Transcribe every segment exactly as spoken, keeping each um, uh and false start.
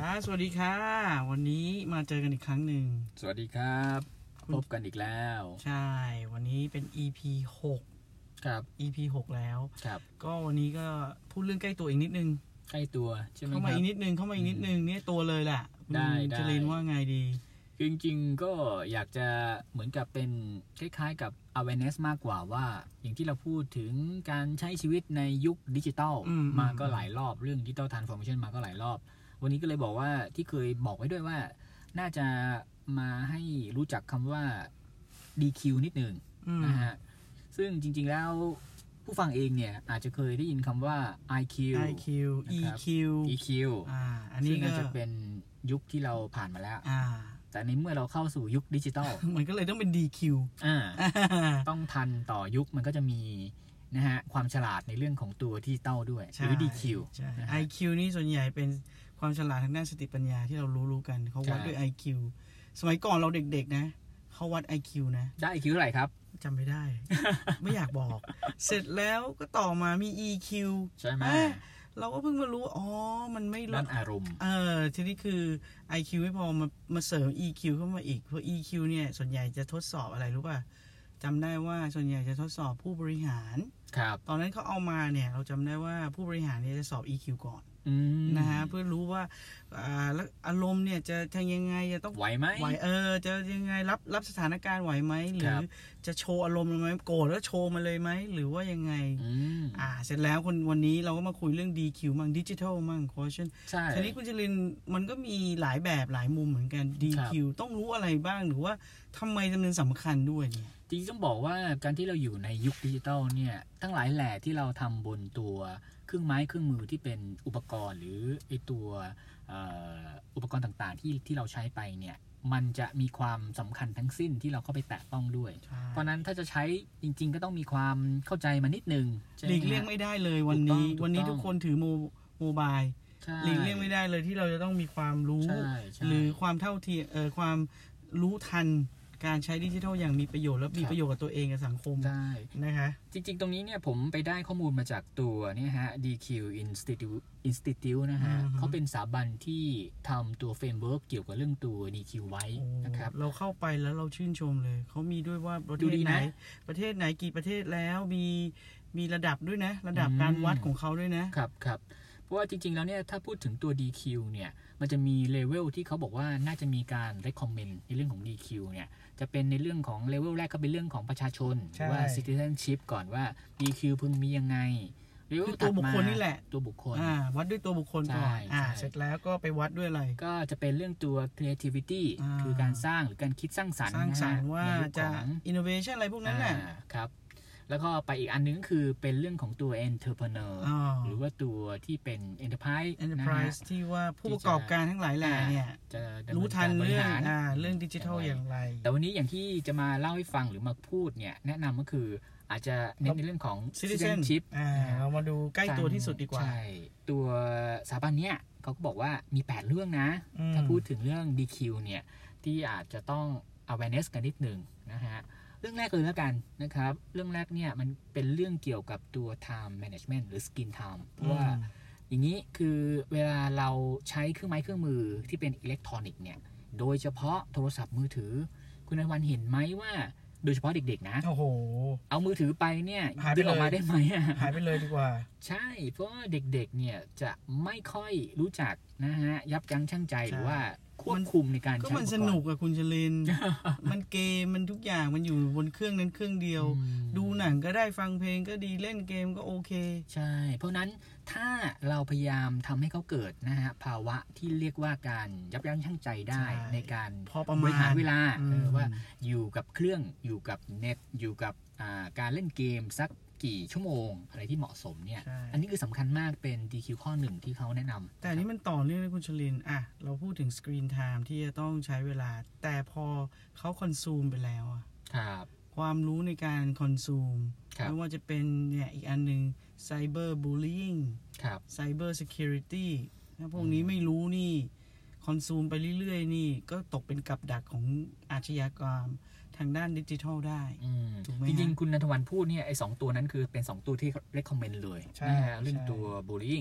สวัสดีค่ะวันนี้มาเจอกันอีกครั้งหนึ่งสวัสดีครับพบกันอีกแล้วใช่วันนี้เป็น อี พี หกครับอี พี หกแล้วครับก็วันนี้ก็พูดเรื่องใกล้ตัวอีกนิดนึงใกล้ตัวใช่ไหมครับเข้ามาอีกนิดนึงเข้ามาอีกนิดนึงเนี่ยตัวเลยแหละได้ได้จะเรียนว่าไงดีจริงๆก็อยากจะเหมือนกับเป็นคล้ายๆกับ awareness มากกว่าว่าอย่างที่เราพูดถึงการใช้ชีวิตในยุคดิจิตอลมาก็หลายรอบเรื่อง Digital Transformation มาก็หลายรอบวันนี้ก็เลยบอกว่าที่เคยบอกไว้ด้วยว่าน่าจะมาให้รู้จักคำว่า ดี คิว นิดหนึ่งนะฮะซึ่งจริงๆแล้วผู้ฟังเองเนี่ยอาจจะเคยได้ยินคำว่า ไอ คิวไอ คิว อี คิวอี คิวอ่าอันนี้ก็จะเป็นยุคที่เราผ่านมาแล้วอ่าแต่ในเมื่อเราเข้าสู่ยุคดิจิตอลมันก็เลยต้องเป็น ดี คิวอ่าต้องทันต่อยุคมันก็จะมีนะฮะความฉลาดในเรื่องของตัวดิจิตอลด้วยหรือ ดี คิวใช่ ไอ คิว นี่ส่วนใหญ่เป็นความฉลาดทางด้านสติปัญญาที่เรารู้ๆกันเขาวัดด้วย ไอ คิว สมัยก่อนเราเด็กๆนะเขาวัด ไอ คิว นะได้ ไอ คิว เท่าไหร่ครับจำไม่ได้ ไม่อยากบอกเสร็จแล้วก็ต่อมามี อี คิวใช่ไหมเราก็เพิ่งมารู้อ๋อมันไม่ด้านอารมณ์เออทีนี้คือ ไอ คิว ไม่พอมามาเสริม อี คิว เข้ามาอีกเพราะ อี คิว เนี่ยส่วนใหญ่จะทดสอบอะไรรู้ป่ะจำได้ว่าส่วนใหญ่จะทดสอบผู้บริหารครับตอนนั้นเขาเอามาเนี่ยเราจำได้ว่าผู้บริหารเนี่ยจะสอบ อี คิว ก่อนนะฮะเพื่อรู้ว่าอ่าอารมณ์เนี่ยจะทำยังไงจะต้องไหวไหมไหวเออจะยังไงรับรับสถานการณ์ไหวไหมหรือจะโชว์อารมณ์ไหมโกรธแล้วโชว์มาเลยไหมหรือว่ายังไงอ่าเสร็จแล้วคนวันนี้เราก็มาคุยเรื่อง ดี คิว มั่งดิจิทัลมั่งโค้ชใช่ทีนี้คุณจรินมันก็มีหลายแบบหลายมุมเหมือนกัน ดี คิว ต้องรู้อะไรบ้างหรือว่าทำไมมันสำคัญด้วยเนี่ยจริงๆต้องบอกว่าการที่เราอยู่ในยุคดิจิทัลเนี่ยทั้งหลายแหล่ที่เราทำบนตัวเครื่องไม้เครื่องมือที่เป็นอุปกรณ์หรือไอตัวอุปกรณ์ต่างๆที่ที่เราใช้ไปเนี่ยมันจะมีความสำคัญทั้งสิ้นที่เราเข้าไปแตะต้องด้วยเพราะนั้นถ้าจะใช้จริงๆก็ต้องมีความเข้าใจมานิดนึงหลีกเลี่ยงไม่ได้เลยวันนี้วันนี้ทุกคนถือโมโมบายหลีกเลี่ยงไม่ได้เลยที่เราจะต้องมีความรู้หรือความเท่าเทียมเอ่อความรู้ทันการใช้ดิจิทัลอย่างมีประโยชน์และมีประโยชน์กับตัวเองกับสังคมได้นะคะจริงๆตรงนี้เนี่ยผมไปได้ข้อมูลมาจากตัวนี่ฮะ ดี คิว Institute Institute นะฮะเขาเป็นสถาบันที่ทำตัวเฟรมเวิร์กเกี่ยวกับเรื่องตัว ดี คิว ไว้นะครับเราเข้าไปแล้วเราชื่นชมเลยเขามีด้วยว่าประเทศไหนประเทศไหนกี่ประเทศแล้วมีมีระดับด้วยนะระดับการวัดของเขาด้วยนะครับครับเพราะว่าจริงๆแล้วเนี่ยถ้าพูดถึงตัว ดี คิว เนี่ยมันจะมีเลเวลที่เขาบอกว่าน่าจะมีการ recommend ในเรื่องของ ดี คิว เนี่ยจะเป็นในเรื่องของเลเวลแรกก็เป็นเรื่องของประชาชนว่า citizenship ก่อนว่า ดี คิว พึงมียังไงเลเวลตัวบุคคลนี่แหละตัวบุคคลอ่าวัดด้วยตัวบุคคลก่อนอ่าเสร็จแล้วก็ไปวัดด้วยอะไรก็จะเป็นเรื่องตัว creativity คือการสร้างหรือการคิดสร้างสรรค์สร้างสรรค์ว่าจะ innovation อะไรพวกนั้นแหละครับแล้วก็ไปอีกอันนึงคือเป็นเรื่องของตัว entrepreneur หรือว่าตัวที่เป็น enterprise enterprise ที่ว่าผู้ประกอบการทั้งหลายแหล่เนี่ยจะรู้ทันเรื่องอ่าเรื่องดิจิทัลอย่างไรแต่วันนี้อย่างที่จะมาเล่าให้ฟังหรือมาพูดเนี่ยแนะนำก็คืออาจจะเน้นในเรื่องของ citizenship อ่าเรามาดูใกล้ตัวที่สุดดีกว่าใช่ตัวสถาบันเนี้ยเขาก็บอกว่ามีแปดเรื่องนะถ้าพูดถึงเรื่อง ดี คิว เนี่ยที่อาจจะต้อง awareness กันนิดหนึ่งนะฮะเรื่องแรกเลยแล้วกันนะครับเรื่องแรกเนี่ยมันเป็นเรื่องเกี่ยวกับตัว time management หรือ screen time เพราะว่าอย่างนี้คือเวลาเราใช้เครื่องไม้เครื่องมือที่เป็นอิเล็กทรอนิกส์เนี่ยโดยเฉพาะโทรศัพท์มือถือคุณนวันเห็นไหมว่าโดยเฉพาะเด็กๆนะโอ้โหเอามือถือไปเนี่ยดึงออกมาได้ไหมหายไปเลยดีกว่าใช่เพราะว่าเด็กๆเนี่ยจะไม่ค่อยรู้จักนะฮะยับยั้งชั่งใจหรือว่าควบคุมในการใช้ก็มันสนุกอะคุณชลิน มันเกมมันทุกอย่างมันอยู่บนเครื่องนั้นเครื่องเดียวดูหนังก็ได้ฟังเพลงก็ดีเล่นเกมก็โอเคใช่เพราะนั้นถ้าเราพยายามทำให้เขาเกิดนะฮะภาวะที่เรียกว่าการยับยั้งชั่งใจได้ในการบริหารเวลาว่าอยู่กับเครื่องอยู่กับเน็ตอยู่กับการเล่นเกมสักกี่ชั่วโมงอะไรที่เหมาะสมเนี่ยอันนี้คือสำคัญมากเป็น ดี คิว ข้อหนึ่งที่เขาแนะนำแต่อันนี้มันต่อเนื่องเลยคุณชลินอ่ะเราพูดถึงสกรีนไทม์ที่จะต้องใช้เวลาแต่พอเขาคอนซูมไปแล้วอ่ะครับความรู้ในการคอนซูมไม่ว่าจะเป็นเนี่ยอีกอันหนึ่งไซเบอร์บูลลี่ไซเบอร์ซิเคียวริตี้ถ้าพวกนี้ไม่รู้นี่คอนซูมไปเรื่อยๆนี่ก็ตกเป็นกับดักของอาชญากรรมทางด้านดิจิทัลได้จริงๆคุณณัฐวรรณพูดเนี่ยไอ้สองตัวนั้นคือเป็นสองตัวที่ recommend เลยนะฮะเรื่องตัว bullying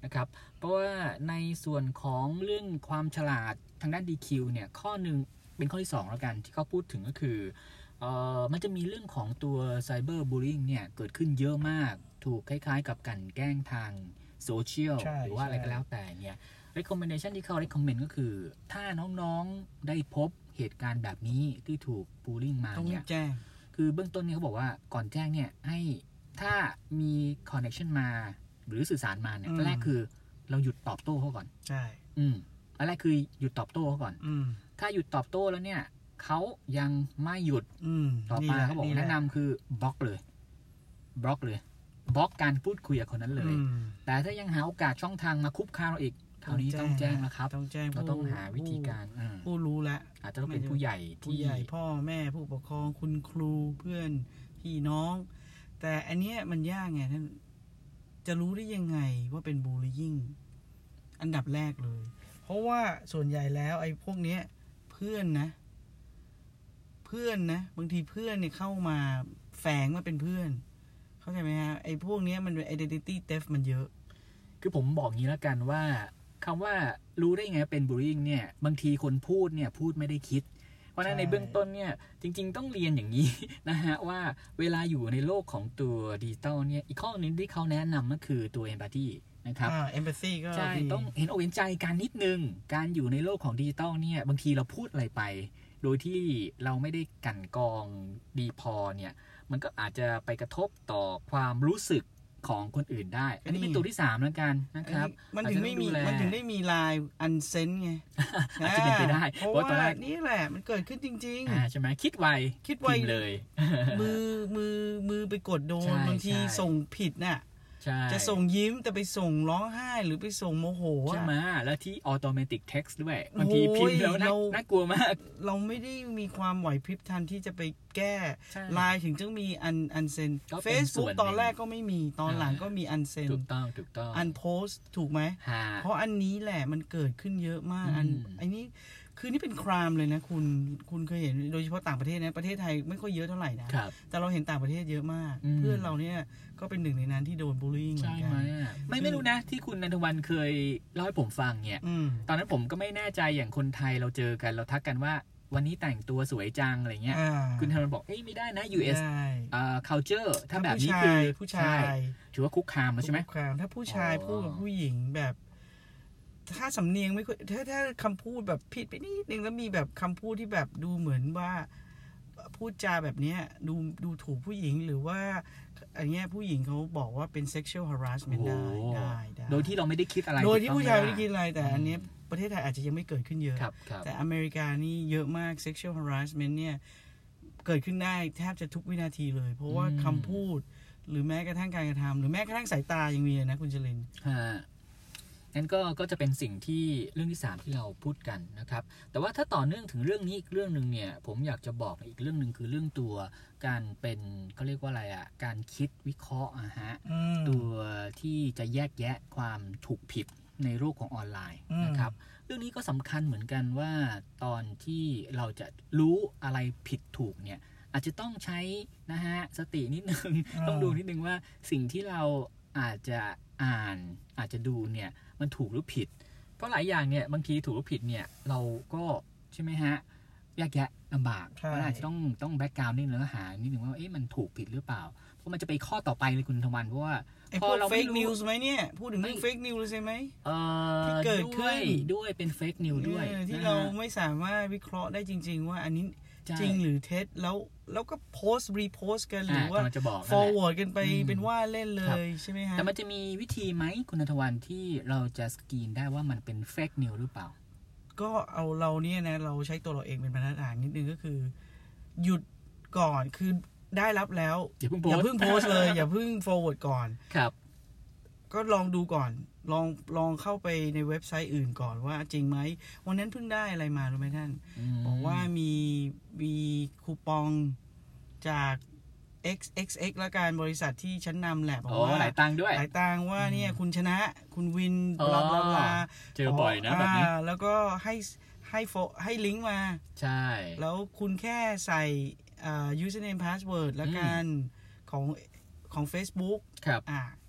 นะครับเพราะว่าในส่วนของเรื่องความฉลาดทางด้าน ดี คิว เนี่ยข้อหนึ่งเป็นข้อที่สองแล้วกันที่เขาพูดถึงก็คือเอ่อมันจะมีเรื่องของตัว Cyber Bullying เนี่ยเกิดขึ้นเยอะมากถูกคล้ายๆกับการแกล้งทางโซเชียลหรือว่าอะไรก็แล้วแต่เนี่ย recommendation ที่เขา recommend ก็คือถ้าน้องๆได้พบเหตุการณ์แบบนี้ที่ถูก bullying มาเนี่ยแจ้งคือเบื้องต้นเนี่ยเขาบอกว่าก่อนแจ้งเนี่ยให้ถ้ามี connection มาหรือสื่อสารมาเนี่ยแรกคือเราหยุดตอบโต้เขาก่อนใช่อืมอันแรกคือหยุดตอบโต้เขาก่อนอืมถ้าหยุดตอบโต้แล้วเนี่ยเขายังไม่หยุดต่อมาเขาบอกแนะนำคือบล็อกเลยบล็อกเลยบล็อกการพูดคุยกับคนนั้นเลยแต่ถ้ายังหาโอกาสช่องทางมาคุกคามเราอีกคราวนี้ต้องแจ้งแล้วครับต้องแจ้งเราต้องหาวิธีการผู้รู้แล้วอาจจะต้องเป็นผู้ใหญ่ผู้ใหญ่พ่อแม่ผู้ปกครองคุณครูเพื่อนพี่น้องแต่อันเนี้ยมันยากไงท่านจะรู้ได้ยังไงว่าเป็นบูลลี่ยิ่งอันดับแรกเลยเพราะว่าส่วนใหญ่แล้วไอ้พวกเนี้ยเพื่อนนะเพื่อนนะบางทีเพื่อนเนี่ยเข้ามาแฝงมาเป็นเพื่อนเข้าใจไหมฮะไอ้พวกเนี้ยมันเป็น identity theft มันเยอะคือผมบอกงี้แล้วกันว่าคำว่ารู้ได้ไงเป็น bullying เนี่ยบางทีคนพูดเนี่ยพูดไม่ได้คิดเพราะนั้นในเบื้องต้นเนี่ยจริงๆต้องเรียนอย่างนี้นะฮะว่าเวลาอยู่ในโลกของตัวดิจิตอลเนี่ยอีกข้อนึงที่เขาแนะนำก็คือตัว empathy นะครับอ่า empathy ก็ใช่ต้องเห็นอกเห็นใจการนิดนึงการอยู่ในโลกของดิจิตอลเนี่ยบางทีเราพูดอะไรไปโดยที่เราไม่ได้กั่นกรองดีพอเนี่ยมันก็อาจจะไปกระทบต่อความรู้สึกของคนอื่นได้อันนี้เป็นตัวที่สามแล้วกันนะครับมันถึงไม่มีมันถึงได้มีลายอันเซนไงอาจจะเป็นไปได้เพราะว่านี่แหละมันเกิดขึ้นจริงๆอ่าใช่ไหมคิดไวคิดไวเลยมือมือมือไปกดโดนบางทีส่งผิดน่ะจะส่งยิ้มแต่ไปส่งร้องไห้หรือไปส่งโมโหใช่ไหมแล้วที่ automatic text ด้วยบางทีพิมพ์แล้วน่ากลัวมากเราไม่ได้มีความไหวพริบทันที่จะไปแก้ไลน์ถึงจะมีอันอันเซน Facebook ตอนแรกก็ไม่มีตอนหลังก็มีอันเซนถูกต้องถูกต้องอันโพสถูกไหมเพราะอันนี้แหละมันเกิดขึ้นเยอะมากอันอันนี้คือนี่เป็นครามเลยนะคุณคุณเคยเห็นโดยเฉพาะต่างประเทศนะประเทศไทยไม่ค่อยเยอะเท่าไหร่นะแต่เราเห็นต่างประเทศเยอะมากเพื่อนเราเนี่ยก็เป็นหนึ่งในนั้นที่โดนบูลลี่เหมือนกันไม่ไม่รู้นะที่คุณนันทวันเคยเล่าให้ผมฟังเนี่ยตอนนั้นผมก็ไม่แน่ใจอย่างคนไทยเราเจอกันเราทักกันว่าวันนี้แต่งตัวสวยจังอะไรเงี้ยคุณนันทวันบอกเอ้ยไม่ได้นะ ยู เอส อ่า culture ถ้าแบบนี้คือผู้ชายถือว่าคุกคามใช่ไหมคุกคามถ้าผู้ชายพูดกับผู้หญิงแบบถ้าสำเนียงไม่ค่อยถ้าถ้าคำพูดแบบผิดไปนิดนึงแล้วมีแบบคำพูดที่แบบดูเหมือนว่าพูดจาแบบนี้ดูดูถูกผู้หญิงหรือว่าอันเนี้ยผู้หญิงเขาบอกว่าเป็น sexual harassment ได้ได้โดยที่เราไม่ได้คิดอะไรโดยที่ผู้ชายไม่ได้คิดอะไรแต่อันเนี้ยประเทศไทยอาจจะยังไม่เกิดขึ้นเยอะแต่อเมริกานี่เยอะมาก sexual harassment เนี่ยเกิดขึ้นได้แทบจะทุกวินาทีเลยเพราะว่าคำพูดหรือแม้กระทั่งการกระทำหรือแม้กระทั่งสายตายังมีเลยนะคุณจริญนั่นก็ก็จะเป็นสิ่งที่เรื่องที่สามที่เราพูดกันนะครับแต่ว่าถ้าต่อเนื่องถึงเรื่องนี้อีกเรื่องนึงเนี่ยผมอยากจะบอกอีกเรื่องนึงคือเรื่องตัวการเป็นเขาเรียกว่าอะไรอ่ะการคิดวิเคราะห์อะฮะตัวที่จะแยกแยะความถูกผิดในโลกของออนไลน์นะครับเรื่องนี้ก็สำคัญเหมือนกันว่าตอนที่เราจะรู้อะไรผิดถูกเนี่ยอาจจะต้องใช้นะฮะสตินิดนึงต้องดูนิดนึงว่าสิ่งที่เราอาจจะอ่านอาจจะดูเนี่ยมันถูกหรือผิดเพราะหลายอย่างเนี่ยบางทีถูกหรือผิดเนี่ยเราก็ใช่ไหมฮะแยกแยะลำบากเพราะอาจจะต้องต้องแบ็กกราวด์นิดนึงแล้วหานิดนึงว่าเอ๊ะมันถูกผิดหรือเปล่าเพราะมันจะไปข้อต่อไปเลยคุณธวันเพราะว่าพอเราเฟกนิวส์ไหมเนี่ยพูดถึงเรื่องเฟกนิวส์ใช่ไหมที่เกิดขึ้นด้วยเป็นเฟกนิวส์ด้วยที่เราไม่สามารถวิเคราะห์ได้จริงๆว่าอันนี้จริงหรือเท็จแล้วแล้วก็โพสต์รีโพสต์กันหรือว่า forward กันไปเป็นว่าเล่นเลยใช่ไหมฮะแต่มันจะมีวิธีไหมคุณณัฐวันที่เราจะสกรีนได้ว่ามันเป็นเฟกนิวหรือเปล่าก็เอาเราเนี่ยนะเราใช้ตัวเราเองเป็นบรรทัดฐานนิดนึงก็คือหยุดก่อนคือได้รับแล้วอย่าเพิ่งโพสต์เลยอย่าเพิ่ง forward ก่อนครับก็ลองดูก่อนลองลองเข้าไปในเว็บไซต์อื่นก่อนว่าจริงไหมวันนั้นเพิ่งได้อะไรมารู้ไหมท่านบอกว่ามีมีคูปองจาก เอ็กซ์ เอ็กซ์ เอ็กซ์ ละกันบริษัทที่ชั้นนำแหละบอกว่าหลายตังค์ด้วยหลายตังค์ว่าเนี่ยคุณชนะคุณวินบลาบลาบลาเจอบ่อยนะแบบนี้แล้วก็ให้ให้โฟให้ลิงก์มาใช่แล้วคุณแค่ใส่อ่า username password ละกันของของ Facebook ครับอ่า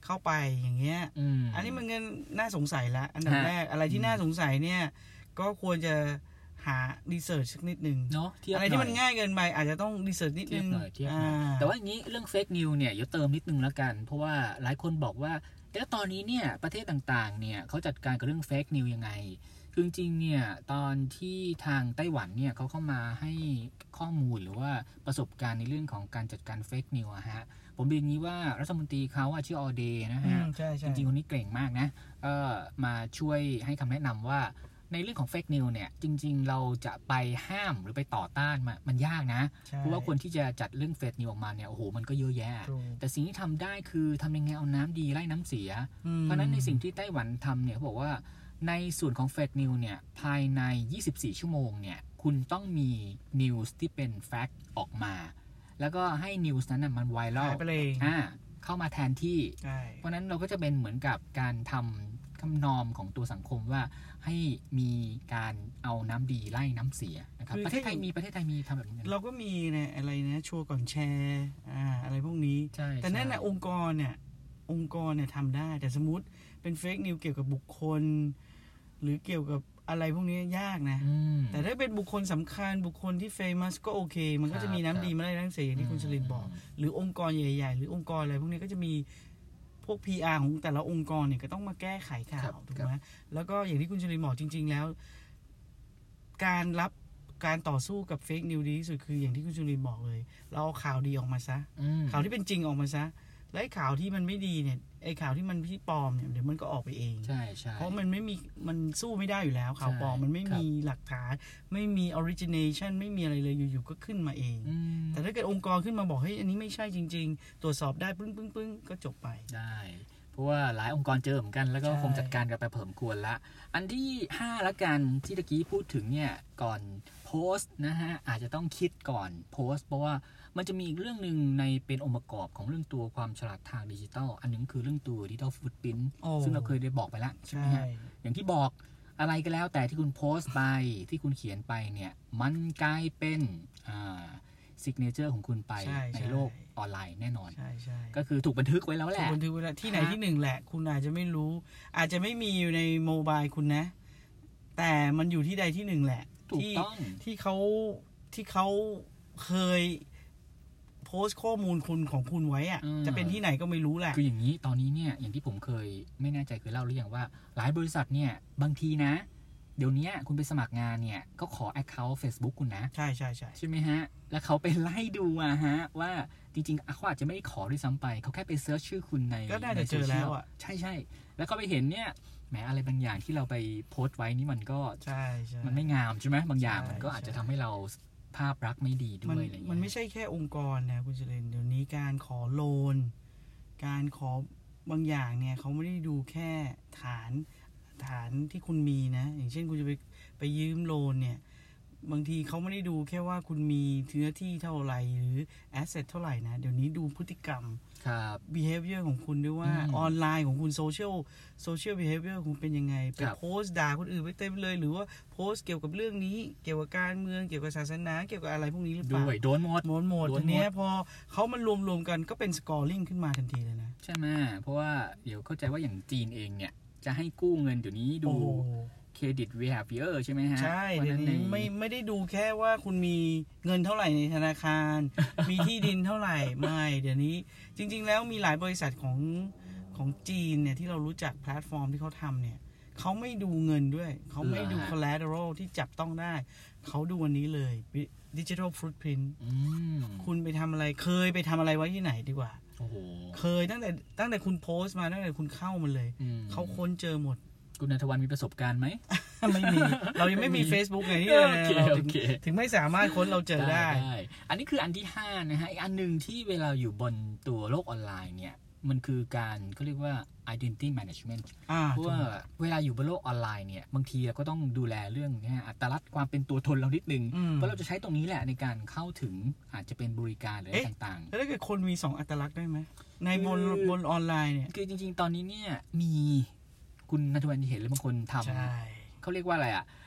เข้าไปอย่างเงี้ย อันนี้มันก็น่าสงสัยละอันดับแรกอะไรที่น่าสงสัยเนี่ยก็ควรจะหารีเสิร์ชสักนิดนึงเนาะอะไรที่มันง่ายเกินไปอาจจะต้องรีเสิร์ชนิดนึงแต่ว่าอย่างนี้เรื่องเฟกนิวเนี่ยเดี๋ยวเติมนิดนึงแล้วกันเพราะว่าหลายคนบอกว่าแล้วตอนนี้เนี่ยประเทศต่างๆเนี่ยเขาจัดการกับเรื่องเฟกนิวยังไงคือจริงๆเนี่ยตอนที่ทางไต้หวันเนี่ยเขาเข้ามาให้ข้อมูลหรือว่าประสบการณ์ในเรื่องของการจัดการเฟกนิวอะฮะผมเรียนนี้ว่ารัฐมนตรีเขาชื่อออเดย์นะฮะจริงๆคนนี้เก่งมากนะก็มาช่วยให้คำแนะนำว่าในเรื่องของเฟกนิวเนี่ยจริงๆเราจะไปห้ามหรือไปต่อต้านมันมันยากนะเพราะว่าคนที่จะจัดเรื่องเฟกนิวออกมาเนี่ยโอ้โหมันก็เยอะแยะแต่สิ่งที่ทำได้คือทำยังไงเอาน้ำดีไล่น้ำเสียเพราะนั้นในสิ่งที่ไต้หวันทำเนี่ยเขาบอกว่าในส่วนของเฟกนิวเนี่ยภายในยี่สิบสี่ชั่วโมงเนี่ยคุณต้องมีนิวส์ที่เป็นแฟกต์ออกมาแล้วก็ให้นิวส์นั้นมันไวรัลอ่าเข้ามาแทนที่เพราะนั้นเราก็จะเป็นเหมือนกับการทำคำนอมของตัวสังคมว่าให้มีการเอาน้ำดีไล่น้ำเสียนะครับประเทศไทยมีประเทศไทยมีทำแบบนี้เราก็มีเนี่ยอะไรนะชัวร์ก่อนแชร์อ่าอะไรพวกนี้แต่นั่นนะองค์กรเนี่ยองค์กรเนี่ยทำได้แต่สมมติเป็นเฟกนิวเกี่ยวกับบุคคลหรือเกี่ยวกับอะไรพวกนี้ยากนะแต่ถ้าเป็นบุคคลสำคัญบุคคลที่เฟมัสก็โอเคมันก็จะมีน้ำดีมาไล่น้ำเสียอย่างที่คุณชลินบอกหรือองค์กรใหญ่ๆหรือองค์กรอะไรพวกนี้ก็จะมีพวก พี อาร์ ของแต่ละองค์กรเนี่ยก็ต้องมาแก้ไขข่าวถูกไหมแล้วก็อย่างที่คุณชลินบอกจริงๆแล้วการรับการต่อสู้กับเฟกนิวดีที่สุดคืออย่างที่คุณชลินบอกเลยเราเอาข่าวดีออกมาซะข่าวที่เป็นจริงออกมาซะและข่าวที่มันไม่ดีเนี่ยไอ้ข่าวที่มันที่ปลอมเนี่ยเดี๋ยวมันก็ออกไปเองใช่ใช่เพราะมันไม่มีมันสู้ไม่ได้อยู่แล้วข่าวปลอมมันไม่มีหลักฐานไม่มี origination ไม่มีอะไรเลยอยู่ๆก็ขึ้นมาเองแต่ถ้าเกิดองค์กรขึ้นมาบอกเฮ้ยอันนี้ไม่ใช่จริงๆตรวจสอบได้ปึ้งปึ้งปึ้งก็จบไปได้เพราะว่าหลายองค์กรเจอเหมือนกันแล้วก็คงจัดการกันไปเพิ่มควรละอันที่ห้าละกันที่ตะกี้พูดถึงเนี่ยก่อนโพสต์นะฮะอาจจะต้องคิดก่อนโพสต์เพราะว่ามันจะมีอีกเรื่องหนึ่งในเป็นองค์ประกอบของเรื่องตัวความฉลาดทางดิจิทัลอันนึงคือเรื่องตัว Digital Footprint ซึ่งเราเคยได้บอกไปแล้วใช่ไหมฮะอย่างที่บอกอะไรก็แล้วแต่ที่คุณโพสต์ไปที่คุณเขียนไปเนี่ยมันกลายเป็นอ่าซิกเนเจอร์ของคุณไปในโลกออนไลน์แน่นอนก็คือถูกบันทึกไว้แล้วแหละถูกบันทึกไว้แล้วที่ไหนที่หนึ่งแหละคุณอาจจะไม่รู้อาจจะไม่มีอยู่ในโมบายคุณนะแต่มันอยู่ที่ใดที่หนึ่งแหละที่ที่เขาที่เขาเคยโพสต์ข้อมูลคุณของคุณไว้อะจะเป็นที่ไหนก็ไม่รู้แหละคืออย่างนี้ตอนนี้เนี่ยอย่างที่ผมเคยไม่แน่ใจเคยเล่าหรือยังว่าหลายบริษัทเนี่ยบางทีนะเดี๋ยวนี้คุณไปสมัครงานเนี่ยก็ขอ account Facebook คุณนะใช่ใช่ใช่ใช่ไหมฮะแล้วเขาไปไล่ดูอะฮะว่าจริงๆเขาอาจจะไม่ได้ขอด้วยซ้ำไปเขาแค่ไปเซิร์ชชื่อคุณในก็ได้แต่เจอแล้วอ่ะใช่ใช่แล้วก็ไปเห็นเนี่ยแหมอะไรบางอย่างที่เราไปโพสต์ไว้นี่มันก็ใช่ใช่มันไม่งามใช่ไหมบางอย่างมันก็อาจจะทำให้เราภาพลักษณ์ไม่ดีด้วยอะไรเงี้ยมันไม่ใช่แค่องค์กรนะคุณเจริญเดี๋ยวนี้การขอโลนการขอบางอย่างเนี่ยเขาไม่ได้ดูแค่ฐานฐานที่คุณมีนะอย่างเช่นคุณจะไปไปยืมโลนเนี่ยบางทีเขาไม่ได้ดูแค่ว่าคุณมีเนื้อที่เท่าไหร่หรือแอสเซทเท่าไหร่นะเดี๋ยวนี้ดูพฤติกรรมครับ behavior ของคุณด้วยว่าออนไลน์ของคุณ social social behavior ของคุณเป็นยังไงไปโพสต์ด่าคนอื่นไปเต็มเลยหรือว่าโพสต์เกี่ยวกับเรื่องนี้เกี่ยวกับการเมืองเกี่ยวกับศาสนาเกี่ยวกับอะไรพวกนี้หรือเปล่าด้วยโดนหมดโดนหมดทีนี้พอเขามันรวมๆกันก็เป็น scoring ขึ้นมาทันทีเลยนะใช่ไหมเพราะว่าเดี๋ยวเข้าใจว่าอย่างจีนเองเนี่ยจะให้กู้เงินเดี๋ยวนี้ดูเครดิต behavior ใช่ไหมฮะใช่เดี๋ยวนี้ไม่ไม่ได้ดูแค่ว่าคุณมีเงินเท่าไหร่ในธนาคาร มีที่ดินเท่าไหร่ไม่เดี๋ยวนี้จริงๆแล้วมีหลายบริษัทของของจีนเนี่ยที่เรารู้จักแพลตฟอร์มที่เขาทำเนี่ยเขาไม่ดูเงินด้วยเขาไม่ดู collateral ที่จับต้องได้เขาดูวันนี้เลย digital footprint คุณไปทำอะไรเคยไปทำอะไรไว้ที่ไหนดีกว่าเคยตั้งแต่ตั้งแต่คุณโพสต์มาตั้งแต่คุณเข้ามันเลยเขาค้นเจอหมดคุณณัฐวัฒน์มีประสบการณ์ไหมไม่มีเรายังไม่มี Facebook ไงที่เราถึงไม่สามารถค้นเราเจอได้อันนี้คืออันที่ห้านะฮะอีกอันหนึ่งที่เวลาอยู่บนตัวโลกออนไลน์เนี่ยมันคือการเขาเรียกว่า identity management เพราะว่าเวลาอยู่บนโลกออนไลน์เนี่ยบางทีเราก็ต้องดูแลเรื่องนี้อัตลักษณ์ความเป็นตัวตนเรานิดนึงเพราะเราจะใช้ตรงนี้แหละในการเข้าถึงอาจจะเป็นบริการหรืออะไรต่างๆแล้วถ้าเกิดคนมีสองอัตลักษณ์ได้ไหมในบนบนออนไลน์เนี่ยคือจริงๆตอนนี้เนี่ยมีคุณณัฐวัฒน์เห็นเลยบางคนทำเขาเรียกว่าอะไรอ่ะ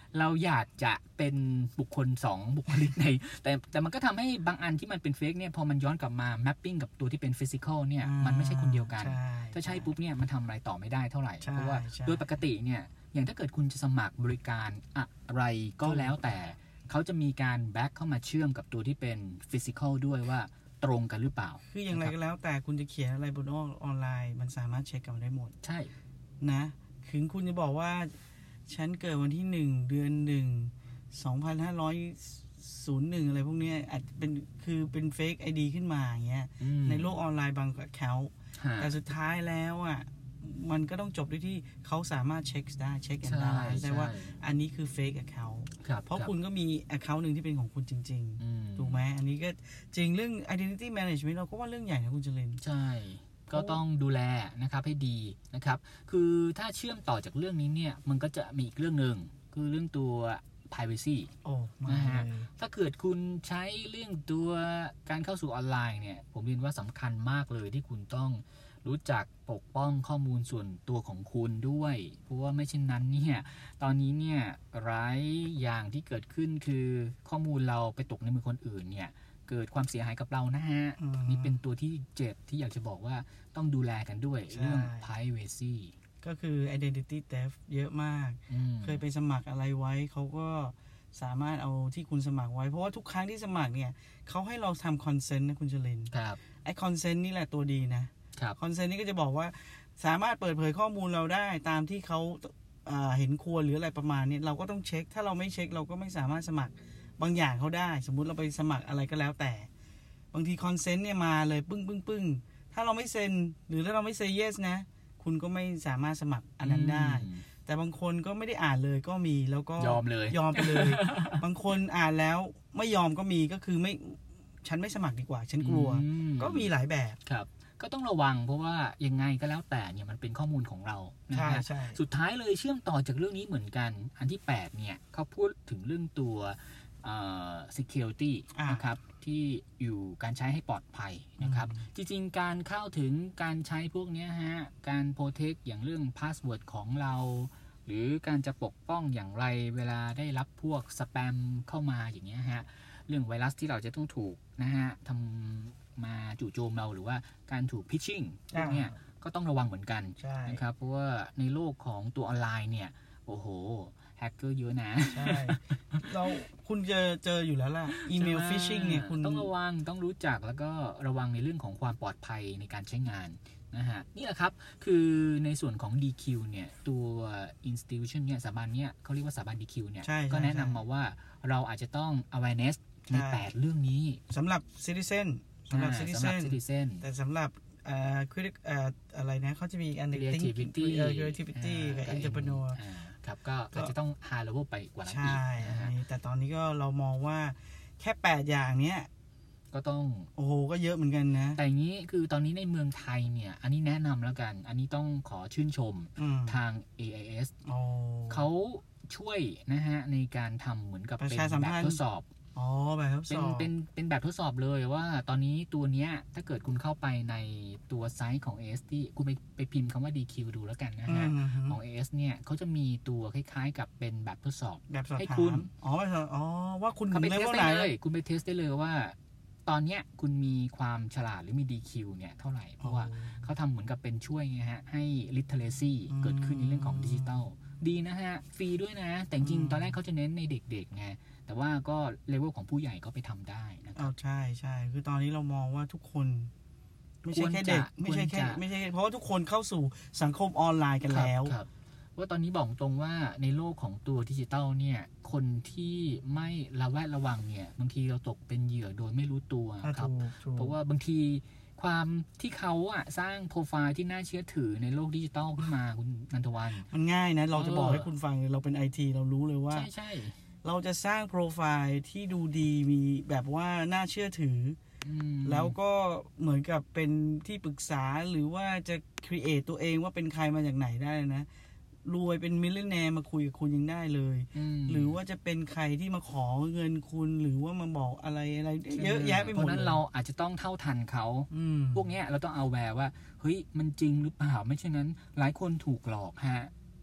เราอยากจะเป็นบุคคลสองบุคลิกในแต่แต่มันก็ทำให้บางอันที่มันเป็นเฟกเนี่ยพอมันย้อนกลับมาแมปปิ้งกับตัวที่เป็นฟิสิกอลเนี่ยมันไม่ใช่คนเดียวกันถ้าใช่ปุ๊บเนี่ยมันทำอะไรต่อไม่ได้เท่าไหร่เพราะว่าโดยปกติเนี่ยอย่างถ้าเกิดคุณจะสมัครบริการอะไรก็แล้วแต่เขาจะมีการแบ็กเข้ามาเชื่อมกับตัวที่เป็นฟิสิกอลด้วยว่าตรงกันหรือเปล่าคืออย่างไรก็แล้วแต่คุณจะเขียนอะไรบนออนไลน์มันสามารถเช็คกันได้หมดใช่นะถึงคุณจะบอกว่าฉันเกิดวันที่หนึ่งเดือนหนึ่งสองพันห้าร้อยศูนย์หนึ่งอะไรพวกนี้อาจเป็นคือเป็นเฟกไอดีขึ้นมาอย่างเงี้ยในโลกออนไลน์บางแอคเคาท์แต่สุดท้ายแล้วอ่ะมันก็ต้องจบด้วยที่เขาสามารถเช็คได้เช็คกันได้แต่ว่าอันนี้คือเฟกแอคเคาท์เพราะคุณก็มีแอคเคาท์หนึ่งที่เป็นของคุณจริงๆถูกไหมอันนี้ก็จริงเรื่อง identity management เราก็ว่าเรื่องใหญ่นะคุณจริญใช่ก็ต้องดูแลนะครับให้ดีนะครับคือถ้าเชื่อมต่อจากเรื่องนี้เนี่ยมันก็จะมีอีกเรื่องนึงคือเรื่องตัว privacy โอ้นะฮะถ้าเกิดคุณใช้เรื่องตัวการเข้าสู่ออนไลน์เนี่ยผมเรียนว่าสำคัญมากเลยที่คุณต้องรู้จักปกป้องข้อมูลส่วนตัวของคุณด้วยเพราะว่าไม่เช่นนั้นเนี่ยตอนนี้เนี่ยร้ายอย่างที่เกิดขึ้นคือข้อมูลเราไปตกในมือคนอื่นเนี่ยเกิดความเสียหายกับเรานะฮะนี่เป็นตัวที่เจ็ดที่อยากจะบอกว่าต้องดูแลกันด้วยเรื่อง privacy ก็คือ identity theft เยอะมากเคยไปสมัครอะไรไว้เขาก็สามารถเอาที่คุณสมัครไว้เพราะว่าทุกครั้งที่สมัครเนี่ยเขาให้เราทำ consent นะคุณเจริญไอ้ consent นี่แหละตัวดีนะ consent นี่ก็จะบอกว่าสามารถเปิดเผยข้อมูลเราได้ตามที่เขาเห็นควรหรืออะไรประมาณนี้เราก็ต้องเช็คถ้าเราไม่เช็คเราก็ไม่สามารถสมัครบางอย่างเขาได้สมมุติเราไปสมัครอะไรก็แล้วแต่บางทีคอนเซนต์เนี่ยมาเลยปึ้งปึ้งปึ้งถ้าเราไม่เซ็นหรือถ้าเราไม่เซย์เยสนะคุณก็ไม่สามารถสมัครอันนั้นได้แต่บางคนก็ไม่ได้อ่านเลยก็มีแล้วก็ยอมเลยยอมไปเลย บางคนอ่านแล้วไม่ยอมก็มีก็คือไม่ฉันไม่สมัครดีกว่าฉันกลัวก็มีหลายแบบครับก็ต้องระวังเพราะว่ายังไงก็แล้วแต่เนี่ยมันเป็นข้อมูลของเรานะฮะสุดท้ายเลยเชื่อมต่อจากเรื่องนี้เหมือนกันอันที่แปดเนี่ยเขาพูดถึงเรื่องตัวsecurity นะครับที่อยู่การใช้ให้ปลอดภัยนะครับจริงๆการเข้าถึงการใช้พวกนี้ฮะการ protect อย่างเรื่อง password ของเราหรือการจะปกป้องอย่างไรเวลาได้รับพวกสแปมเข้ามาอย่างเงี้ยฮะเรื่องไวรัสที่เราจะต้องถูกนะฮะทำมาจู่โจมเราหรือว่าการถูก phishing พวกนี้ก็ต้องระวังเหมือนกันนะครับเพราะว่าในโลกของตัวออนไลน์เนี่ยโอ้โหแฮกเกอร์เยอะนะใช่เราคุณจะเจออยู่แล้วล่ะอีเมลฟิชชิงเนี่ยคุณต้องระวังต้องรู้จักแล้วก็ระวังในเรื่องของความปลอดภัยในการใช้งานนะฮะนี่แหละครับคือในส่วนของ ดี คิว เนี่ยตัว institution เนี่ยสถาบันเนี่ยเขาเรียกว่าสถาบัน ดี คิว เนี่ยก็แนะนำมาว่าเราอาจจะต้อง awareness ในแปดเรื่องนี้สำหรับ citizen สำหรับ citizen แต่สำหรับเอ่อคือเอ่ออะไรนะเขาจะมีอัน creativity creativity กับ entrepreneur ครับก็อาจจะต้อง high level ไปกว่านั้นอีกใช่แต่ตอนนี้ก็เรามองว่าแค่แปดอย่างเนี้ยก็ต้องโอ้โหก็เยอะเหมือนกันนะแต่อย่างนี้คือตอนนี้ในเมืองไทยเนี่ยอันนี้แนะนำแล้วกันอันนี้ต้องขอชื่นชมทาง เอ ไอ เอส เขาช่วยนะฮะในการทำเหมือนกับเป็นแบบทดสอบอ๋อแบบทดสอบเป็นเป็นแบบทดสอบเลยว่าตอนนี้ตัวเนี้ยถ้าเกิดคุณเข้าไปในตัวไซต์ของ เอ เอส ที่คุณไปไปพิมพ์คำว่า ดี คิว ดูแล้วกันนะฮะของ เอ เอส เนี่ยเขาจะมีตัวคล้ายๆกับเป็นแบบทดสอบให้คุณอ๋ออ๋อว่าคุณไปเทสได้เลยคุณไปเทสได้เลยว่าตอนเนี้ยคุณมีความฉลาดหรือมี ดี คิว เนี่ยเท่าไหร่เพราะว่าเขาทำเหมือนกับเป็นช่วยไงฮะให้ literacy เกิดขึ้นในเรื่องของดิจิทัลดีนะฮะฟรีด้วยนะแต่จริงตอนแรกเขาจะเน้นในเด็กๆไงแต่ว่าก็เลเวลของผู้ใหญ่ก็ไปทำได้นะครับใช่ใช่คือตอนนี้เรามองว่าทุกคนไม่ใช่แค่เด็กไม่ใช่แค่ไม่ใช่เพราะว่าทุกคนเข้าสู่สังคมออนไลน์กันแล้วว่าตอนนี้บอกตรงว่าในโลกของตัวดิจิทัลเนี่ยคนที่ไม่ระแวดระวังเนี่ยบางทีเราตกเป็นเหยื่อโดยไม่รู้ตัวครับเพราะว่าบางทีความที่เขาอะสร้างโปรไฟล์ที่น่าเชื่อถือในโลกดิจิทัลขึ้นมาคุณนันทวันมันง่ายนะเราจะบอกให้คุณฟังเราเป็น ไอ ที เรารู้เลยว่าใช่ใช่เราจะสร้างโปรไฟล์ที่ดูดีมีแบบว่าน่าเชื่อถือแล้วก็เหมือนกับเป็นที่ปรึกษาหรือว่าจะครีเอทตัวเองว่าเป็นใครมาจากไหนได้นะรวยเป็นมิลเลนเนียร์มาคุยกับคุณยังได้เลยหรือว่าจะเป็นใครที่มาขอเงินคุณหรือว่ามาบอกอะไรอะไรเยอะแยะไปหมดเพราะนั้นเราอาจจะต้องเท่าทันเขาพวกนี้เราต้องเอาแวร์ว่าเฮ้ยมันจริงหรือเปล่าไม่เช่นนั้นหลายคนถูกหลอกฮะ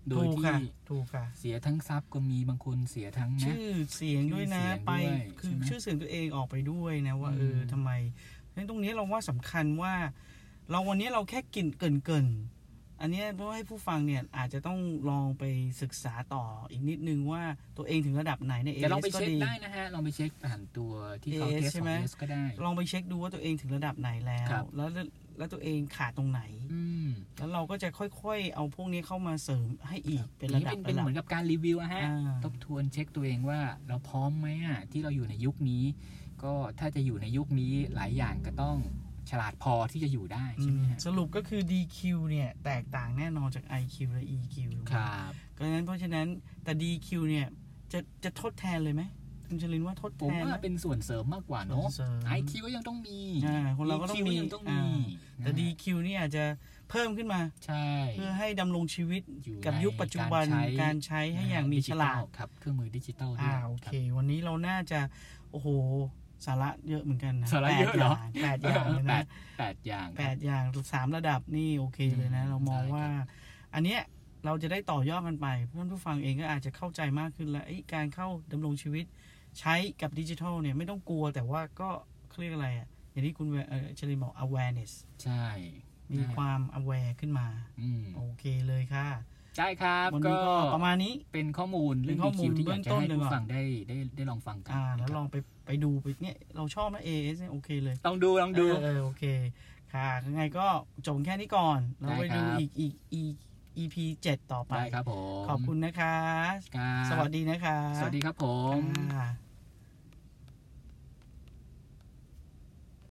โดยที่ถูกค่ะเสียทั้งทรัพย์ก็มีบางคนเสียทั้งชื่อเสียงด้วยนะไปคือชื่อเสียงตัวเองออกไปด้วยนะว่าเออทำไมตรงนี้เราว่าสำคัญว่าเราวันนี้เราแค่กินเกินเกินอันนี้เพื่อให้ผู้ฟังเนี่ยอาจจะต้องลองไปศึกษาต่ออีกนิดนึงว่าตัวเองถึงระดับไหนใน เอ เอสก็ดีลองไปเช็คได้นะฮะลองไปเช็คผ่านตัวที่เขาเทสของ เอ เอส ก็ได้ลองไปเช็คดูว่าตัวเองถึงระดับไหนแล้วแล้วแล้วตัวเองขาดตรงไหนแล้วเราก็จะค่อยๆเอาพวกนี้เข้ามาเสริมให้อีกเป็นระดับเป็นเหมือนกับการรีวิวอะฮะทบทวนเช็คตัวเองว่าเราพร้อมไหมอะที่เราอยู่ในยุคนี้ก็ถ้าจะอยู่ในยุคนี้หลายอย่างก็ต้องฉลาดพอที่จะอยู่ได้ใช่ไหมสรุปก็คือ ดี คิว เนี่ยแตกต่างแน่นอนจาก ไอ คิว และ อี คิวครับเพราะฉะนั้นเพราะฉะนั้นแต่ ดี คิว เนี่ยจะจะทดแทนเลยไหมคุณชลินว่าทดแทนผมว่าเป็นส่วนเสริมมากกว่าเนาะ ไอ คิว ก็ยังต้องมีอ่าคนเราก็ต้องมีแต่ ดี คิว นี่อาจจะเพิ่มขึ้นมาใช่เพื่อให้ดำรงชีวิตกับยุคปัจจุบันการใช้ให้อย่างมีฉลาดครับเครื่องมือดิจิตอลด้วยอ่าโอเควันนี้เราน่าจะโอ้โหสาระเยอะเหมือนกันนะสาระเยอะเหรอแปดอย่างเลยนะแปดอย่างแปดอย่างสามระดับนี่โอเคเลยนะเรามองว่าอันเนี้ยเราจะได้ต่อยอดมันไปเพื่อนผู้ฟังเองก็อาจจะเข้าใจมากขึ้นแล้วการเข้าดำรงชีวิตใช้กับดิจิทัลเนี่ยไม่ต้องกลัวแต่ว่าก็เรียกอะไรอ่ะอย่างที่คุณเออชลินบอก awareness ใช่มีความ aware ขึ้นมาโอเคเลยค่ะใช่ครับวันนี้ก็ประมาณนี้เป็นข้อมูลเรื่อง ดี คิว ที่อยากจะให้ผู้ฟังได้ได้ได้ลองฟังกันอ่าแล้วลองไปไปดูไปเนี่ยเราชอบนะ เอ เอส เนี่ยโอเคเลยลองดูลองดูเออโอเคค่ะยังไงก็จบแค่นี้ก่อนเราไปดูอีกอีกอีก อี พี เจ็ดต่อไปได้ครับผมขอบคุณนะคะสวัสดีนะคะสวัสดีครับผม